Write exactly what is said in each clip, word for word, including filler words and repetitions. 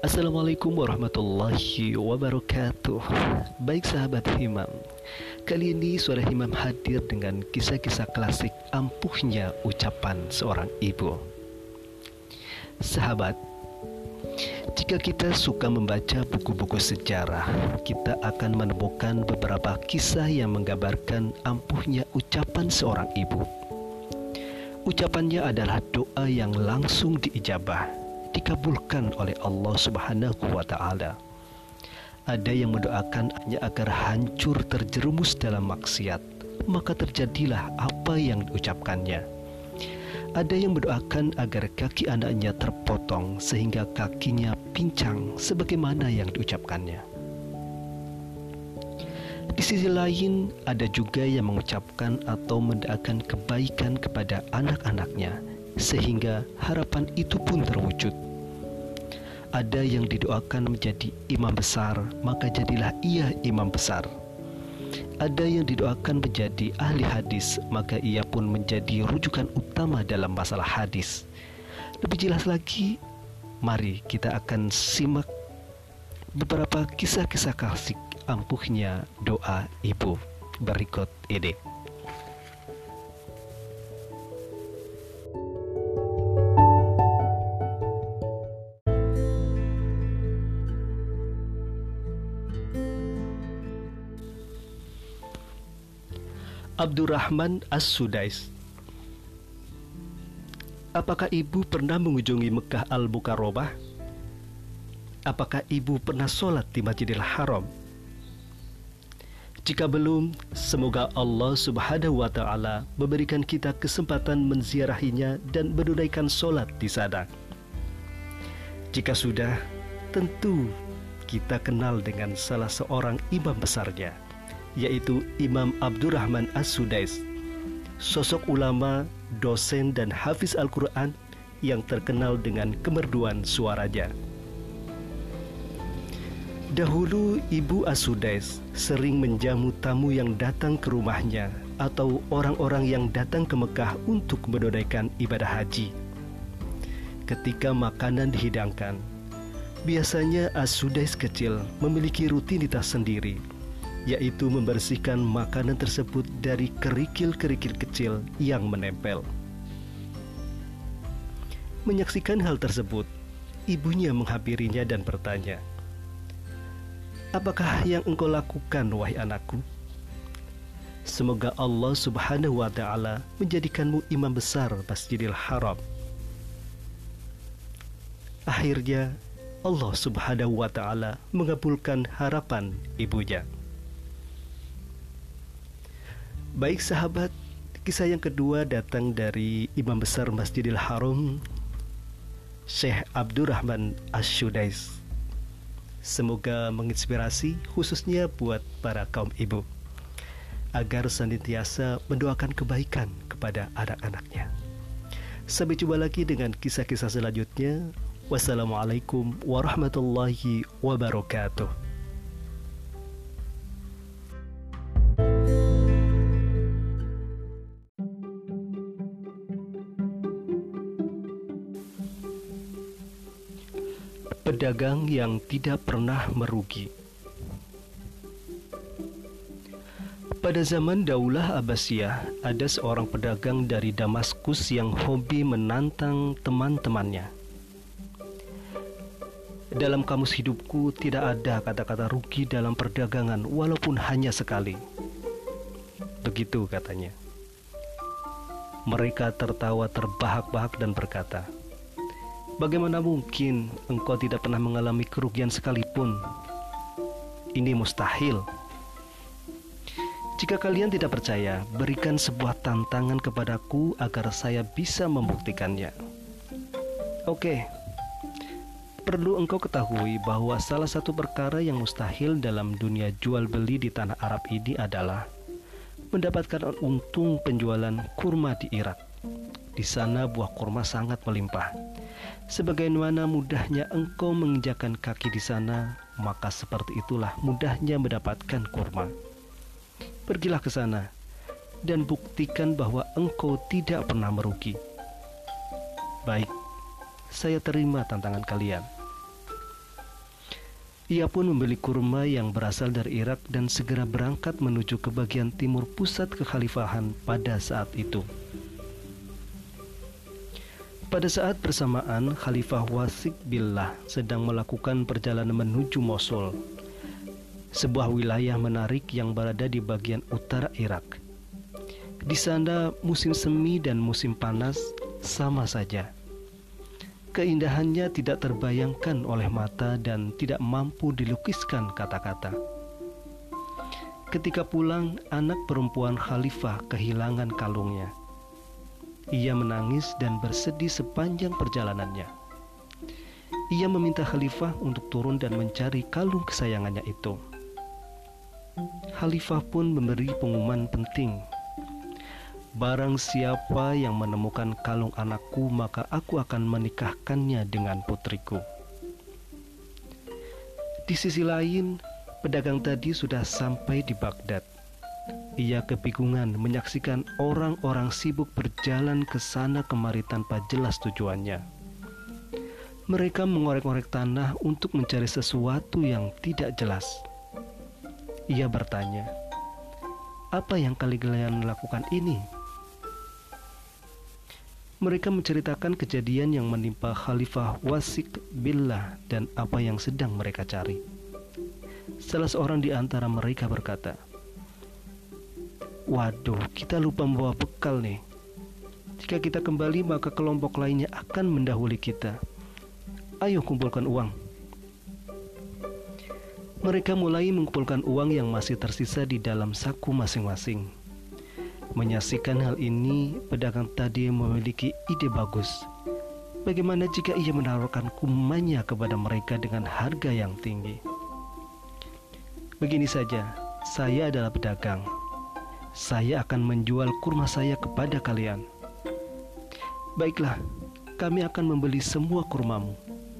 Assalamualaikum warahmatullahi wabarakatuh. Baik sahabat Himam, kali ini suara Himam hadir dengan kisah-kisah klasik ampuhnya ucapan seorang ibu. Sahabat, jika kita suka membaca buku-buku sejarah, kita akan menemukan beberapa kisah yang menggambarkan ampuhnya ucapan seorang ibu. Ucapannya adalah doa yang langsung diijabah, dikabulkan oleh Allah Subhanahu wa Ta'ala. Ada yang mendoakan hanya agar hancur terjerumus dalam maksiat, maka terjadilah apa yang diucapkannya. Ada yang mendoakan agar kaki anaknya terpotong sehingga kakinya pincang sebagaimana yang diucapkannya. Di sisi lain, ada juga yang mengucapkan atau mendoakan kebaikan kepada anak-anaknya sehingga harapan itu pun terwujud. Ada yang didoakan menjadi imam besar, maka jadilah ia imam besar. Ada yang didoakan menjadi ahli hadis, maka ia pun menjadi rujukan utama dalam masalah hadis. Lebih jelas lagi, mari kita akan simak beberapa kisah-kisah klasik ampuhnya doa ibu berikut ini. Abdurrahman As-Sudais. Apakah ibu pernah mengunjungi Mekah Al-Mukarramah? Apakah ibu pernah sholat di Masjidil Haram? Jika belum, semoga Allah Subhanahu wa Ta'ala memberikan kita kesempatan menziarahinya dan menunaikan sholat di sana. Jika sudah, tentu kita kenal dengan salah seorang imam besarnya, yaitu Imam Abdurrahman As-Sudais, sosok ulama, dosen dan hafiz Al-Quran yang terkenal dengan kemerduan suaranya. Dahulu Ibu As-Sudais sering menjamu tamu yang datang ke rumahnya atau orang-orang yang datang ke Mekah untuk menunaikan ibadah haji. Ketika makanan dihidangkan, biasanya As-Sudais kecil memiliki rutinitas sendiri, yaitu membersihkan makanan tersebut dari kerikil-kerikil kecil yang menempel. Menyaksikan hal tersebut, ibunya menghampirinya dan bertanya, "Apakah yang engkau lakukan, wahai anakku? Semoga Allah Subhanahu wa Ta'ala menjadikanmu imam besar Masjidil Haram." Akhirnya Allah Subhanahu wa Ta'ala mengabulkan harapan ibunya. Baik sahabat, kisah yang kedua datang dari imam besar Masjidil Haram, Syekh Abdurrahman As-Sudais. Semoga menginspirasi khususnya buat para kaum ibu agar senantiasa mendoakan kebaikan kepada anak-anaknya. Sampai jumpa lagi dengan kisah-kisah selanjutnya. Wassalamualaikum warahmatullahi wabarakatuh. Pedagang yang tidak pernah merugi. Pada zaman Daulah Abbasiyah, ada seorang pedagang dari Damaskus yang hobi menantang teman-temannya. Dalam kamus hidupku tidak ada kata-kata rugi dalam perdagangan walaupun hanya sekali. Begitu katanya. Mereka tertawa terbahak-bahak dan berkata, "Bagaimana mungkin engkau tidak pernah mengalami kerugian sekalipun? Ini mustahil. Jika kalian tidak percaya, berikan sebuah tantangan kepadaku agar saya bisa membuktikannya." Oke, perlu engkau ketahui bahwa salah satu perkara yang mustahil dalam dunia jual beli di tanah Arab ini adalah mendapatkan untung penjualan kurma di Irak. Di sana buah kurma sangat melimpah. Sebagaimana mudahnya engkau menginjakan kaki di sana, maka seperti itulah mudahnya mendapatkan kurma. Pergilah ke sana dan buktikan bahwa engkau tidak pernah merugi. Baik, saya terima tantangan kalian. Ia pun membeli kurma yang berasal dari Irak dan segera berangkat menuju ke bagian timur pusat kekhalifahan pada saat itu. Pada saat bersamaan, Khalifah Wathiq Billah sedang melakukan perjalanan menuju Mosul, sebuah wilayah menarik yang berada di bagian utara Irak. Di sana musim semi dan musim panas sama saja. Keindahannya tidak terbayangkan oleh mata dan tidak mampu dilukiskan kata-kata. Ketika pulang, anak perempuan khalifah kehilangan kalungnya. Ia menangis dan bersedih sepanjang perjalanannya. Ia meminta khalifah untuk turun dan mencari kalung kesayangannya itu. Khalifah pun memberi pengumuman penting. Barang siapa yang menemukan kalung anakku, maka aku akan menikahkannya dengan putriku. Di sisi lain, pedagang tadi sudah sampai di Baghdad. Ia kebingungan menyaksikan orang-orang sibuk berjalan ke sana kemari tanpa jelas tujuannya. Mereka mengorek-orek tanah untuk mencari sesuatu yang tidak jelas. Ia bertanya, "Apa yang kalian lakukan ini?" Mereka menceritakan kejadian yang menimpa Khalifah Wathiq Billah dan apa yang sedang mereka cari. Salah seorang di antara mereka berkata, "Waduh, kita lupa membawa bekal nih. Jika kita kembali, maka kelompok lainnya akan mendahului kita. Ayo kumpulkan uang." Mereka mulai mengumpulkan uang yang masih tersisa di dalam saku masing-masing. Menyaksikan hal ini, pedagang tadi memiliki ide bagus. Bagaimana jika ia menawarkan kurmanya kepada mereka dengan harga yang tinggi? Begini saja, saya adalah pedagang. Saya akan menjual kurma saya kepada kalian. Baiklah, kami akan membeli semua kurmamu.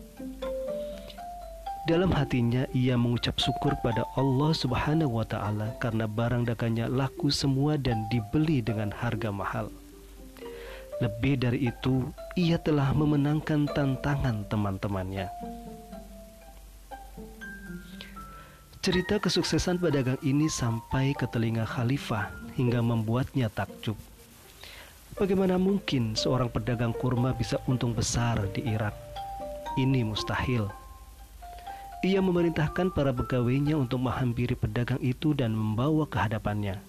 Dalam hatinya ia mengucap syukur pada Allah Subhanahu wa Ta'ala karena barang dagangnya laku semua dan dibeli dengan harga mahal. Lebih dari itu, ia telah memenangkan tantangan teman-temannya. Cerita kesuksesan pedagang ini sampai ke telinga khalifah hingga membuatnya takjub. Bagaimana mungkin seorang pedagang kurma bisa untung besar di Irak? Ini mustahil. Ia memerintahkan para pegawainya untuk menghampiri pedagang itu dan membawa ke hadapannya.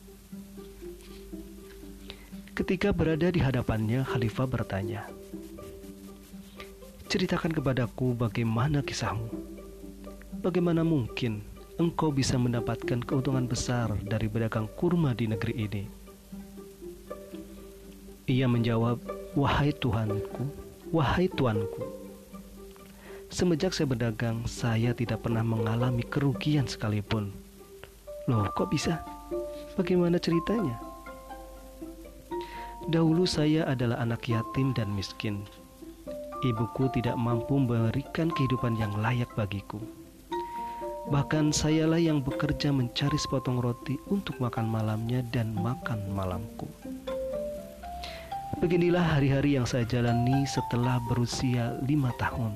Ketika berada di hadapannya, khalifah bertanya, "Ceritakan kepadaku bagaimana kisahmu. Bagaimana mungkin engkau bisa mendapatkan keuntungan besar dari pedagang kurma di negeri ini?" Ia menjawab, "Wahai Tuhanku, wahai Tuanku, semenjak saya berdagang, saya tidak pernah mengalami kerugian sekalipun." "Loh, kok bisa? Bagaimana ceritanya?" "Dahulu saya adalah anak yatim dan miskin. Ibuku tidak mampu memberikan kehidupan yang layak bagiku. Bahkan sayalah yang bekerja mencari sepotong roti untuk makan malamnya dan makan malamku. Beginilah hari-hari yang saya jalani setelah berusia lima tahun.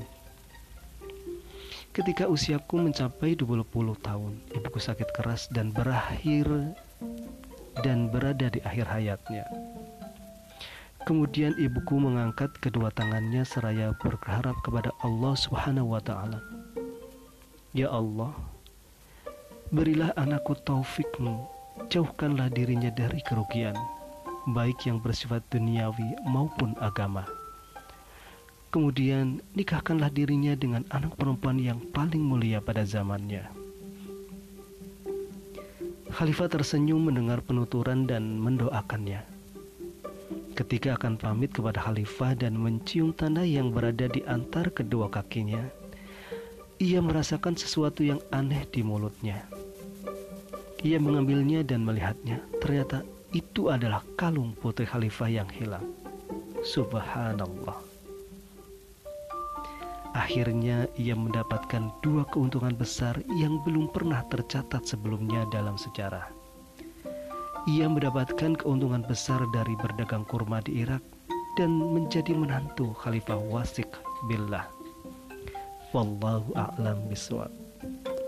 Ketika usiaku mencapai dua puluh tahun, ibuku sakit keras dan berakhir dan berada di akhir hayatnya. Kemudian ibuku mengangkat kedua tangannya seraya berharap kepada Allah Subhanahu wa Ta'ala. Ya Allah, berilah anakku taufikmu, jauhkanlah dirinya dari kerugian, baik yang bersifat duniawi maupun agama. Kemudian nikahkanlah dirinya dengan anak perempuan yang paling mulia pada zamannya." Khalifah tersenyum mendengar penuturan dan mendoakannya. Ketika akan pamit kepada khalifah dan mencium tanah yang berada di antara kedua kakinya, ia merasakan sesuatu yang aneh di mulutnya. Ia mengambilnya dan melihatnya. Ternyata itu adalah kalung putri khalifah yang hilang. Subhanallah. Akhirnya ia mendapatkan dua keuntungan besar yang belum pernah tercatat sebelumnya dalam sejarah. Ia mendapatkan keuntungan besar dari berdagang kurma di Irak dan menjadi menantu Khalifah Wathiq Billah. Wallahu a'lam bishawab.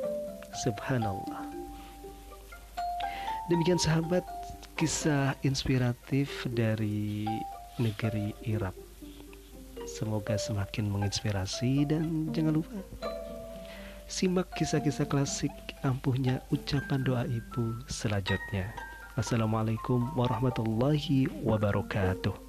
Subhanallah. Demikian sahabat, kisah inspiratif dari negeri Irak. Semoga semakin menginspirasi, dan jangan lupa simak kisah-kisah klasik ampuhnya ucapan doa ibu selanjutnya. Wassalamualaikum warahmatullahi wabarakatuh.